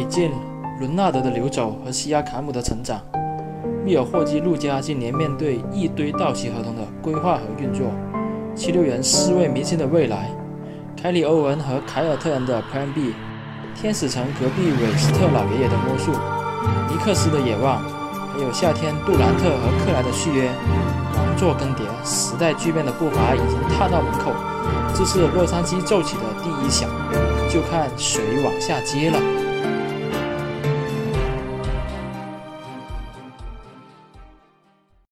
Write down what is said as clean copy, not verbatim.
见伦纳德的流走和西亚卡姆的成长，密尔霍基陆家今年面对一堆到期合同的规划和运作，76人尸位迷信的未来，凯里欧文和凯尔特人的 Plan B， 天使城隔壁韦斯特老爷爷的魔术，尼克斯的野望，还有夏天杜兰特和克莱的续约，王座更迭，时代巨变的步伐已经踏到门口，这是洛杉矶奏起的第一响，就看谁往下接了。